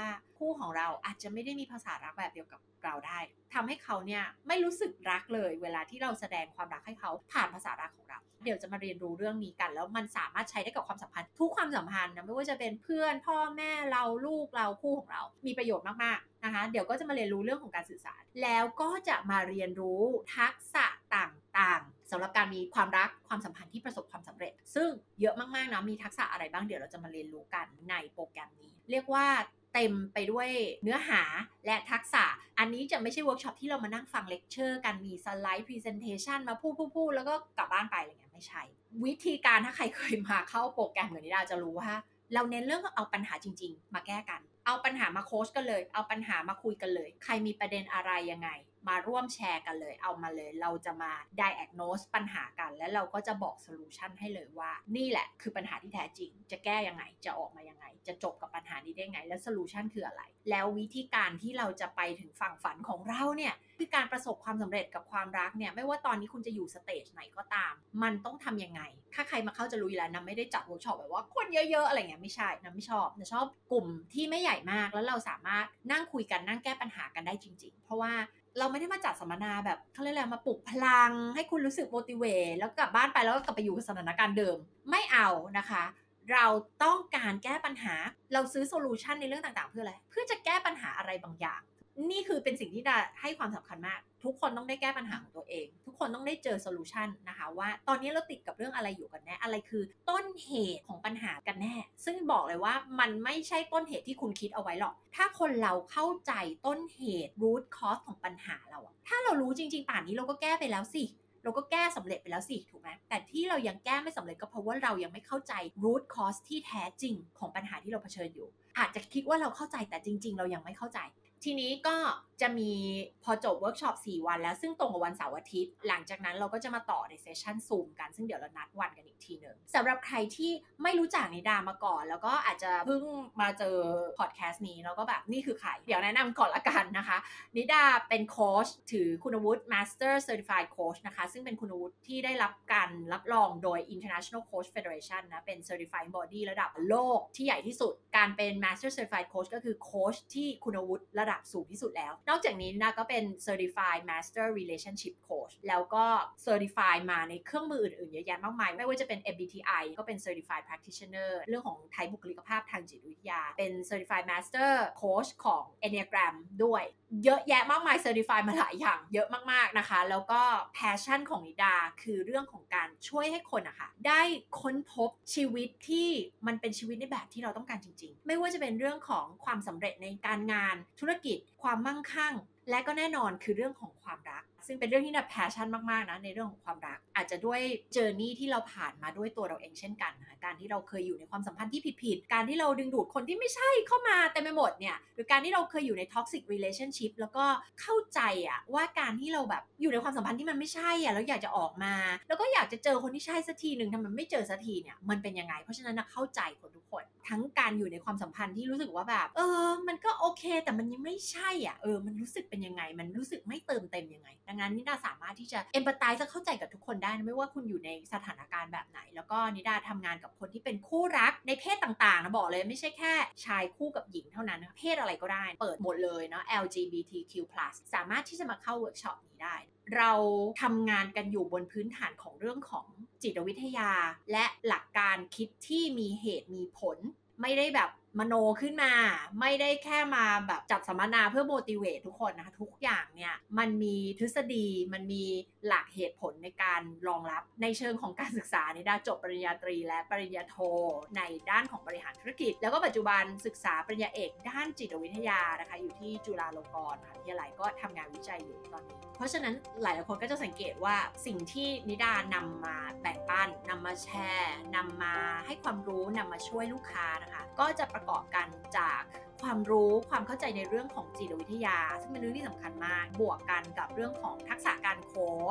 คู่ของเราอาจจะไม่ได้มีภาษารักแบบเดียวกับเราได้ทำให้เขาเนี่ยไม่รู้สึกรักเลยเวลาที่เราแสดงความรักให้เขาผ่านภาษารักของเราเดี๋ยวจะมาเรียนรู้เรื่องนี้กันแล้วมันสามารถใช้ได้กับความสัมพันธ์ทุกความสัมพันธ์นะไม่ว่าจะเป็นเพื่อนพ่อแม่เราลูกเราคู่ของเรามีประโยชน์มากๆนะคะเดี๋ยวก็จะมาเรียนรู้เรื่องของการสื่อสารแล้วก็จะมาเรียนรู้ทักษะต่างๆสำหรับการมีความรักความสัมพันธ์ที่ประสบความสำเร็จซึ่งเยอะมากๆนะมีทักษะอะไรบ้างเดี๋ยวเราจะมาเรียนรู้กันในโปรแกรมนี้เรียกว่าเต็มไปด้วยเนื้อหาและทักษะอันนี้จะไม่ใช่เวิร์กช็อปที่เรามานั่งฟังเลคเชอร์กันมีสไลด์พรีเซนเทชันมาพูดแล้วก็กลับบ้านไปอะไรเงี้ยไม่ใช่วิธีการถ้าใครเคยมาเข้าโปรแกรมเหมือนนี้เราจะรู้ว่าเราเน้นเรื่องเอาปัญหาจริงๆมาแก้กันเอาปัญหามาโค้ชกันเลยเอาปัญหามาคุยกันเลยใครมีประเด็นอะไรยังไงมาร่วมแชร์กันเลยเอามาเลยเราจะมา diagnose ปัญหากันและเราก็จะบอกโซลูชันให้เลยว่านี่แหละคือปัญหาที่แท้จริงจะแก้ยังไงจะออกมายังไงจะจบกับปัญหานี้ได้ไงและโซลูชันคืออะไรแล้ววิธีการที่เราจะไปถึงฝั่งฝันของเราเนี่ยคือการประสบความสำเร็จกับความรักเนี่ยไม่ว่าตอนนี้คุณจะอยู่สเตจไหนก็ตามมันต้องทำยังไงถ้าใครมาเข้าจะรู้อยู่แล้วนะไม่ได้จัดเวิร์กช็อปแบบว่าคนเยอะๆอะไรเงี้ยไม่ใช่นะไม่ชอบนะชอบกลุ่มที่ไม่ใหญ่มากแล้วเราสามารถนั่งคุยกันนั่งแก้ปัญหากันได้จริงๆเพราะว่าเราไม่ได้มาจัดสัมมนาแบบเขาเรียกอะไรมาปลุกพลังให้คุณรู้สึก motivate แล้วกลับบ้านไปแล้วก็กลับไปอยู่กับสถานการณ์เดิมไม่เอานะคะเราต้องการแก้ปัญหาเราซื้อโซลูชันในเรื่องต่างๆเพื่ออะไรเพื่อจะแก้ปัญหาอะไรบางอย่างนี่คือเป็นสิ่งที่ดาให้ความสำคัญมากทุกคนต้องได้แก้ปัญหาของตัวเองทุกคนต้องได้เจอโซลูชันนะคะว่าตอนนี้เราติดกับเรื่องอะไรอยู่กันแน่อะไรคือต้นเหตุของปัญหากันแน่ซึ่งบอกเลยว่ามันไม่ใช่ต้นเหตุที่คุณคิดเอาไว้หรอกถ้าคนเราเข้าใจต้นเหตุ root cause ของปัญหาเราอะถ้าเรารู้จริงๆป่านนี้เราก็แก้ไปแล้วสิเราก็แก้สำเร็จไปแล้วสิถูกไหมแต่ที่เรายังแก้ไม่สำเร็จก็เพราะว่าเรายังไม่เข้าใจ root cause ที่แท้จริงของปัญหาที่เราเผชิญอยู่อาจจะคิดว่าเราเข้าใจแต่จริงๆเรายังไม่เข้าใจทีนี้ก็จะมีพอจบเวิร์กช็อป4วันแล้วซึ่งตรงกับวันเสาร์อาทิตย์หลังจากนั้นเราก็จะมาต่อในเซสชั่นซูมกันซึ่งเดี๋ยวเรานัดวันกันอีกทีนึงสำหรับใครที่ไม่รู้จักนิดามาก่อนแล้วก็อาจจะเพิ่งมาเจอพอดแคสต์นี้แล้วก็แบบนี่คือใครเดี๋ยวแนะนำก่อนละกันนะคะนิดาเป็นโค้ชถือคุณวุฒิ Master Certified Coach นะคะซึ่งเป็นคุณวุฒิที่ได้รับการรับรองโดย International Coach Federation นะเป็น Certified Body ระดับโลกที่ใหญ่ที่สุดการเป็น Master Certified Coach ก็คือโค้ชที่คุณวุฒิระดับสูงที่สุดแล้วนอกจากนี้นะก็เป็น Certified Master Relationship Coach แล้วก็ Certified มาในเครื่องมืออื่นๆเยอะแยะมากมายไม่ว่าจะเป็น MBTI ก็เป็น Certified Practitioner เรื่องของไทป์บุคลิกภาพทางจิตวิทยาเป็น Certified Master Coach ของ Enneagram ด้วยเยอะแยะมากมาย Certified มาหลายอย่างเยอะมากๆนะคะแล้วก็ Passion ของนิดาคือเรื่องของการช่วยให้คนอะค่ะได้ค้นพบชีวิตที่มันเป็นชีวิตในแบบที่เราต้องการจริงๆไม่ว่าจะเป็นเรื่องของความสำเร็จในการงานธุรกิจความมั่งคั่งและก็แน่นอนคือเรื่องของความรักซึ่งเป็นเรื่องที่น่าแพชชั่นมากๆนะในเรื่องของความรักอาจจะด้วยเจอร์นี่ที่เราผ่านมาด้วยตัวเราเองเช่นกันนะคะการที่เราเคยอยู่ในความสัมพันธ์ที่ผิดๆการที่เราดึงดูดคนที่ไม่ใช่เข้ามาเต็มไปหมดเนี่ยหรือการที่เราเคยอยู่ใน toxic relationship แล้วก็เข้าใจอะว่าการที่เราแบบอยู่ในความสัมพันธ์ที่มันไม่ใช่อะแล้วอยากจะออกมาแล้วก็อยากจะเจอคนที่ใช่สักทีนึงทำไมไม่เจอสักทีเนี่ยมันเป็นยังไงเพราะฉะนั้นเข้าใจคนทุกคนทั้งการอยู่ในความสัมพันธ์ที่รู้สึกว่าแบบมันก็โอเคแต่มันยังไม่ใช่อ่ะมันรู้สึกเป็นยังไงมันรู้สึกไม่เติมเต็มยังไงดังนั้นนิดาสามารถที่จะเอมพัตไทซ์เข้าใจกับทุกคนได้นะไม่ว่าคุณอยู่ในสถานการณ์แบบไหนแล้วก็นิดาทำงานกับคนที่เป็นคู่รักในเพศต่างๆนะบอกเลยไม่ใช่แค่ชายคู่กับหญิงเท่านั้นนะเพศอะไรก็ได้เปิดหมดเลยเนาะ LGBTQ+ สามารถที่จะมาเข้าเวิร์กช็อปนี้ได้เราทำงานกันอยู่บนพื้นฐานของเรื่องของจิตวิทยาและหลักการคิดที่มีเหตุมีผลไม่ได้แบบมโนขึ้นมาไม่ได้แค่มาแบบจัดสัมมนาเพื่อ motivate ทุกคนนะคะทุกอย่างเนี่ยมันมีทฤษฎีมันมีหลักเหตุผลในการรองรับในเชิงของการศึกษานิดาจบปริญญาตรีและปริญญาโทในด้านของบริหารธุรกิจแล้วก็ปัจจุบันศึกษาปริญญาเอกด้านจิตวิทยานะคะอยู่ที่จุฬาลงกรณ์มหาวิทยาลัยก็ทำงานวิจัยอยู่ตอนนี้เพราะฉะนั้นหลายคนก็จะสังเกตว่าสิ่งที่นิดานำมาแบ่งปันนำมาแชร์นำมาให้ความรู้นำมาช่วยลูกค้านะคะก็จะประกอบกันจากความรู้ความเข้าใจในเรื่องของจิตวิทยาซึ่งเป็นเรื่องที่สำคัญมากบวกกันกับเรื่องของทักษะการโค้ช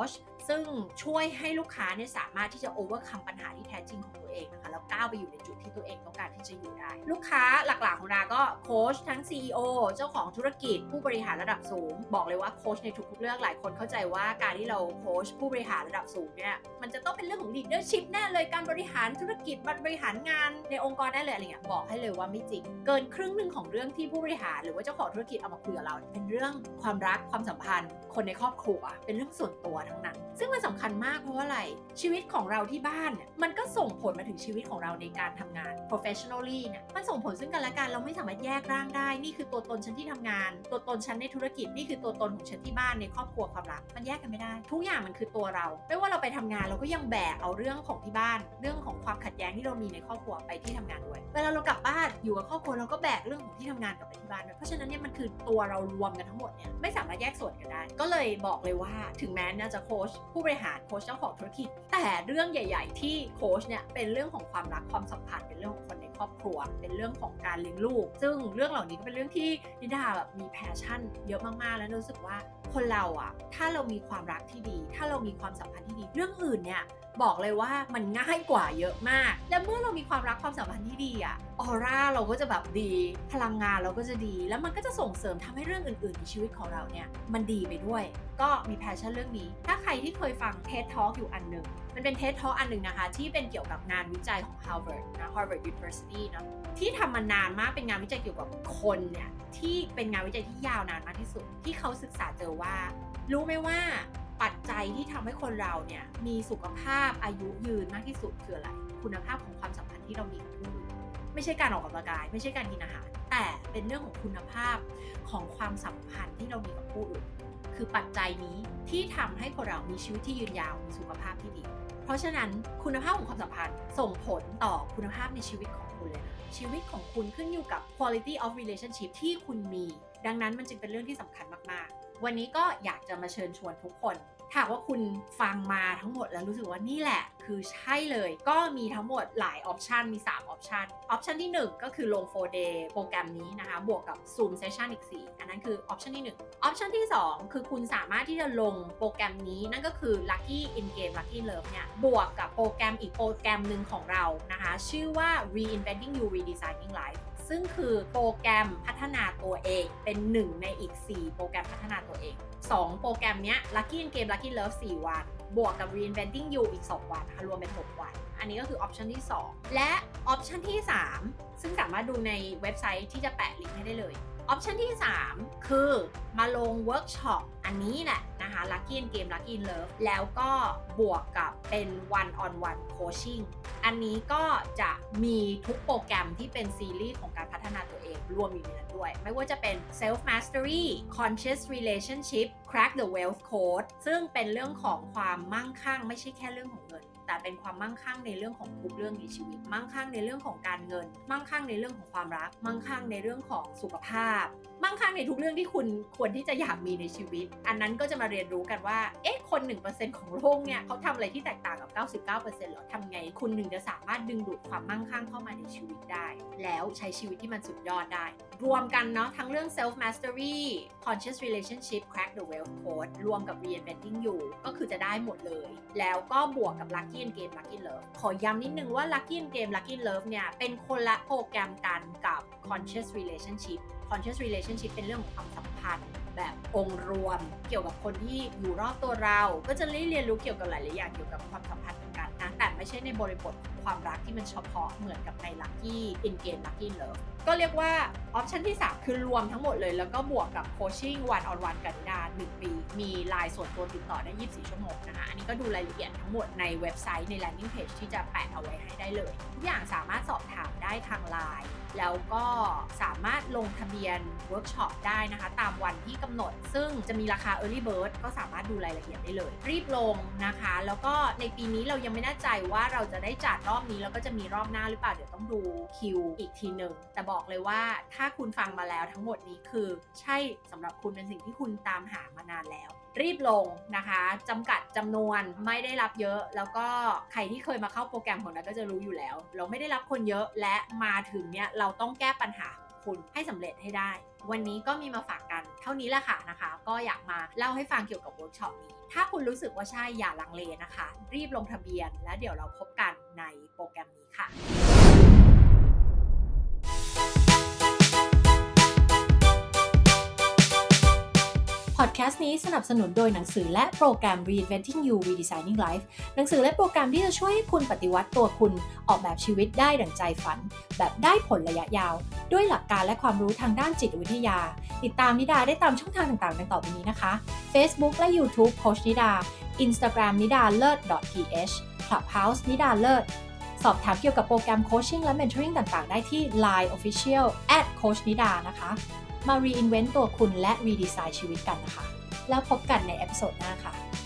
ซึ่งช่วยให้ลูกค้าเนี่ยสามารถที่จะ overcome ปัญหาที่แท้จริงของตัวเองนะคะแล้วก้าวไปอยู่ในจุดที่ตัวเองต้องการที่จะอยู่ได้ลูกค้าหลักๆของเราก็โค้ชทั้ง CEO เจ้าของธุรกิจผู้บริหารระดับสูงบอกเลยว่าโค้ชในทุกๆเรื่องหลายคนเข้าใจว่าการที่เราโค้ชผู้บริหารระดับสูงเนี่ยมันจะต้องเป็นเรื่องของ leadership แน่เลยการบริหารธุรกิจบริหารงานในองค์กรแน่เลยอะไรเงี้ยบอกให้เลยว่าไม่จริงเกินครึ่งนึงของเรื่องที่ผู้บริหารหรือว่าเจ้าของธุรกิจเอามาคุยกับเราเป็นเรื่องความรักความสัมพันธ์คนในครอบครัวเป็นเรื่องส่วนตัวทั้งนั้นซึ่งมันสำคัญมากเพราะว่าอะไรชีวิตของเราที่บ้านเนี่ยมันก็ส่งผลมาถึงชีวิตของเราในการทำงาน professionally เนี่ยมันส่งผลซึ่งกันและกันเราไม่สามารถแยกร่างได้นี่คือตัวตนฉันที่ทำงานตัวตนฉันในธุรกิจนี่คือตัวตนของฉันที่บ้านในครอบครัวความรักมันแยกกันไม่ได้ทุกอย่างมันคือตัวเราไม่ว่าเราไปทำงานเราก็ยังแบกเอาเรื่องของที่บ้านเรื่องของความขัดแย้งที่เรามีในครอบครัวไปที่ทำงานด้วยเวลาเรากลับบ้านอยู่กับครอบครัวเราก็แบกเรื่องของที่ทำงานกลับไปที่บ้านด้วยเพราะฉะนั้นเนี่ยมันคือตัวเรารวมกันทั้งหมดเนี่ยไม่สามารถแยกส่วนกันได้ก็เลยบอกเลยว่าถึงแม้น่าจะโค้ชผู้บริหารโค้ชเจ้าของธุรกิจแต่เรื่องใหญ่ๆที่โค้ชเนี่ยเป็นเรื่องของความรักความสัมพันธ์เป็นเรื่องของคนในครอบครัวเป็นเรื่องของการเลี้ยงลูกซึ่งเรื่องเหล่านี้ก็เป็นเรื่องที่นิดาแบบมีแพชชั่นเยอะมากๆแล้วรู้สึกว่าคนเราอะถ้าเรามีความรักที่ดีถ้าเรามีความสัมพันธ์ที่ดีเรื่องอื่นเนี่ยบอกเลยว่ามันง่ายกว่าเยอะมากและเมื่อเรามีความรักความสัมพันธ์ที่ดีอะออร่าเราก็จะแบบดีพลังงานเราก็จะดีแล้วมันก็จะส่งเสริมทำให้เรื่องอื่นๆในชีวิตของเราเนี่ยมันดีไปด้วยก็มีแพชชั่นเรื่องนี้ถ้าใครที่เคยฟัง TED Talk อยู่อันนึงมันเป็น TED Talk อันนึงนะคะที่เป็นเกี่ยวกับงานวิจัยของ Harvard University นะที่ทำมานานมากเป็นงานวิจัยเกี่ยวกับคนเนี่ยที่เป็นงานวิจัยที่ยาวนานมากที่สุดที่เขาศึกษาเจอว่ารู้ไหมว่าปัจจัยที่ทำให้คนเราเนี่ยมีสุขภาพอายุยืนมากที่สุดคืออะไรคุณภาพของความสัมพันธ์ที่เรามีกับผู้อื่นไม่ใช่การออกกำลังกายไม่ใช่การกินอาหารแต่เป็นเรื่องของคุณภาพของความสัมพันธ์ที่เรามีกับผู้อื่นคือปัจจัยนี้ที่ทำให้คนเรามีชีวิตที่ยืนยาวมีสุขภาพที่ดีเพราะฉะนั้นคุณภาพของความสัมพันธ์ส่งผลต่อคุณภาพในชีวิตของคุณเลยนะชีวิตของคุณขึ้นอยู่กับ quality of relationship ที่คุณมีดังนั้นมันจึงเป็นเรื่องที่สำคัญมากๆวันนี้ก็อยากจะมาเชิญชวนทุกคนถ้าว่าคุณฟังมาทั้งหมดแล้วรู้สึกว่านี่แหละคือใช่เลยก็มีทั้งหมดหลายออปชันมี3ออปชันที่1ก็คือลง 4 day โปรแกรมนี้นะคะบวกกับ Zoom Session อีก4อันนั้นคือออปชันที่1ออปชันที่2คือคุณสามารถที่จะลงโปรแกรมนี้นั่นก็คือ Lucky in Game Lucky Love เนี่ยบวกกับโปรแกรมอีกโปรแกรมหนึ่งของเรานะคะชื่อว่า Reinventing You Redesigning Lifeซึ่งคือโปรแกรมพัฒนาตัวเองเป็น1ในอีก4โปรแกรมพัฒนาตัวเอง2โปรแกรมเนี้ย Lucky in Game Lucky Love 4 วันบวกกับ Reinventing You อีก2วันนะคะรวมเป็น6วันอันนี้ก็คือออปชันที่2และออปชันที่3ซึ่งสามารถดูในเว็บไซต์ที่จะแปะลิงก์ให้ได้เลยออปชันที่3คือมาลงเวิร์กช็อปอันนี้แหละนะคะ Lucky in Game Lucky in Love แล้วก็บวกกับเป็น one on one coaching อันนี้ก็จะมีทุกโปรแกรมที่เป็นซีรีส์ของการพัฒนาตัวเองรวมอยู่ในนั้นด้วยไม่ว่าจะเป็น self mastery conscious relationship crack the wealth code ซึ่งเป็นเรื่องของความมั่งคั่งไม่ใช่แค่เรื่องของเงินแต่เป็นความมั่งคั่งในเรื่องของทุกเรื่องในชีวิตมั่งคั่งในเรื่องของการเงินมั่งคั่งในเรื่องของความรักมั่งคั่งในเรื่องของสุขภาพมั่งคั่งในทุกเรื่องที่คุณควรที่จะอยากมีในชีวิตอันนั้นก็จะมาเรียนรู้กันว่าคน 1% ของโลกเนี่ยเขาทำอะไรที่แตกต่างกับ 99% หรอทำไงคุณถึงจะสามารถดึงดูดความมั่งคั่งเข้ามาในชีวิตได้แล้วใช้ชีวิตที่มันสุดยอดได้รวมกันเนาะทั้งเรื่อง self mastery conscious relationship crack the wealth code รวมกับ reinventing you ก็คือจะได้หมดเลยแล้วก็บวกกับ lucky in game lucky love ขอย้ำนิดนึงว่า lucky in game lucky love เนี่ยเป็นคนละโปรแกรมกันกับ conscious relationship conscious relationship เป็นเรื่องของความสัมพันธ์แบบองค์รวมเกี่ยวกับคนที่อยู่รอบตัวเราก็จะเรียนรู้เกี่ยวกับหลายๆอย่างเกี่ยวกับความสัมพันธ์เหมือนกันนะแต่ไม่ใช่ในบริบทของความรักที่มันเฉพาะเหมือนกับใน Lucky in Game Lucky Love ก็เรียกว่าออปชันที่3คือรวมทั้งหมดเลยแล้วก็บวกกับโคชชิ่ง one on one กันดา1 ปีมีไลน์ส่วนตัวติดต่อได้24 ชั่วโมงนะคะอันนี้ก็ดูรายละเอียดทั้งหมดในเว็บไซต์ใน landing page ที่จะแปะเอาไว้ให้ได้เลยทุกอย่างสามารถสอบถามได้ทางไลน์แล้วก็สามารถลงทะเบียนเวิร์กช็อปได้นะคะตามวันที่กำหนดซึ่งจะมีราคา Early Bird ก็สามารถดูรายละเอียดได้เลยรีบลงนะคะแล้วก็ในปีนี้เรายังไม่แน่ใจว่าเราจะได้จัดรอบนี้แล้วก็จะมีรอบหน้าหรือเปล่าเดี๋ยวต้องดูคิวอีกทีนึงแต่บอกเลยว่าถ้าคุณฟังมาแล้วทั้งหมดนี้คือใช่สำหรับคุณเป็นสิ่งที่คุณตามหามานานแล้วรีบลงนะคะจำกัดจำนวนไม่ได้รับเยอะแล้วก็ใครที่เคยมาเข้าโปรแกรมของเราก็จะรู้อยู่แล้วเราไม่ได้รับคนเยอะและมาถึงเนี่ยเราต้องแก้ปัญหาคุณให้สำเร็จให้ได้วันนี้ก็มีมาฝากกันเท่านี้แหละค่ะนะคะก็อยากมาเล่าให้ฟังเกี่ยวกับเวิร์กช็อปนี้ถ้าคุณรู้สึกว่าใช่อย่าลังเลนะคะรีบลงทะเบียนและเดี๋ยวเราพบกันในโปรแกรมนี้ค่ะพอดแคสต์นี้สนับสนุนโดยหนังสือและโปรแกรม Reinventing You Redesigning Life หนังสือและโปรแกรมที่จะช่วยให้คุณปฏิวัติตัวคุณออกแบบชีวิตได้ดั่งใจฝันแบบได้ผลระยะยาวด้วยหลักการและความรู้ทางด้านจิตวิทยาติดตามนิดาได้ตามช่องทางต่างๆดังต่อไปนี้นะคะ Facebook และ YouTube โค้ชนิดา Instagram nidalearn.th Clubhouse นิดาเลิศสอบถามเกี่ยวกับโปรแกรมโคชชิ่งและ mentoring ต่างๆได้ที่ Line Official @coachnida นะคะมา reinvent ตัวคุณและ redesign ชีวิตกันนะคะแล้วพบกันในเอพิโซดหน้าค่ะ